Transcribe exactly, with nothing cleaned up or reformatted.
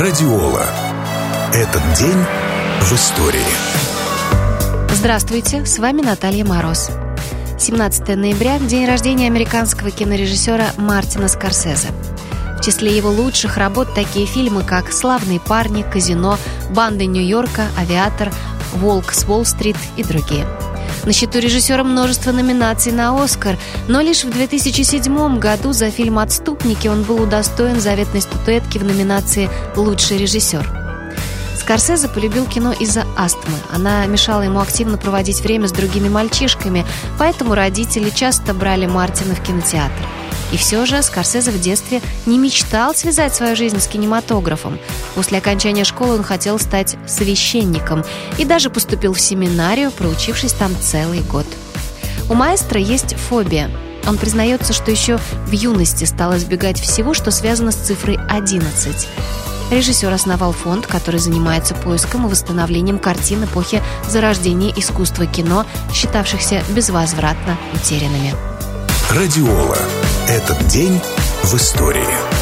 Радиола. Этот день в истории. Здравствуйте, с вами Наталья Мороз. семнадцатого ноября – день рождения американского кинорежиссера Мартина Скорсезе. В числе его лучших работ такие фильмы, как «Славные парни», «Казино», «Банды Нью-Йорка», «Авиатор», «Волк с Уолл-стрит» и другие. На счету режиссера множество номинаций на «Оскар», но лишь в две тысячи седьмом году за фильм «Отступники» он был удостоен заветной статуэтки в номинации «Лучший режиссер». Скорсезе полюбил кино из-за астмы. Она мешала ему активно проводить время с другими мальчишками, поэтому родители часто брали Мартина в кинотеатр. И все же Скорсезе в детстве не мечтал связать свою жизнь с кинематографом. После окончания школы он хотел стать священником и даже поступил в семинарию, проучившись там целый год. У маэстро есть фобия. Он признается, что еще в юности стал избегать всего, что связано с цифрой одиннадцать. Режиссер основал фонд, который занимается поиском и восстановлением картин эпохи зарождения искусства кино, считавшихся безвозвратно утерянными. Радиола. Этот день в истории.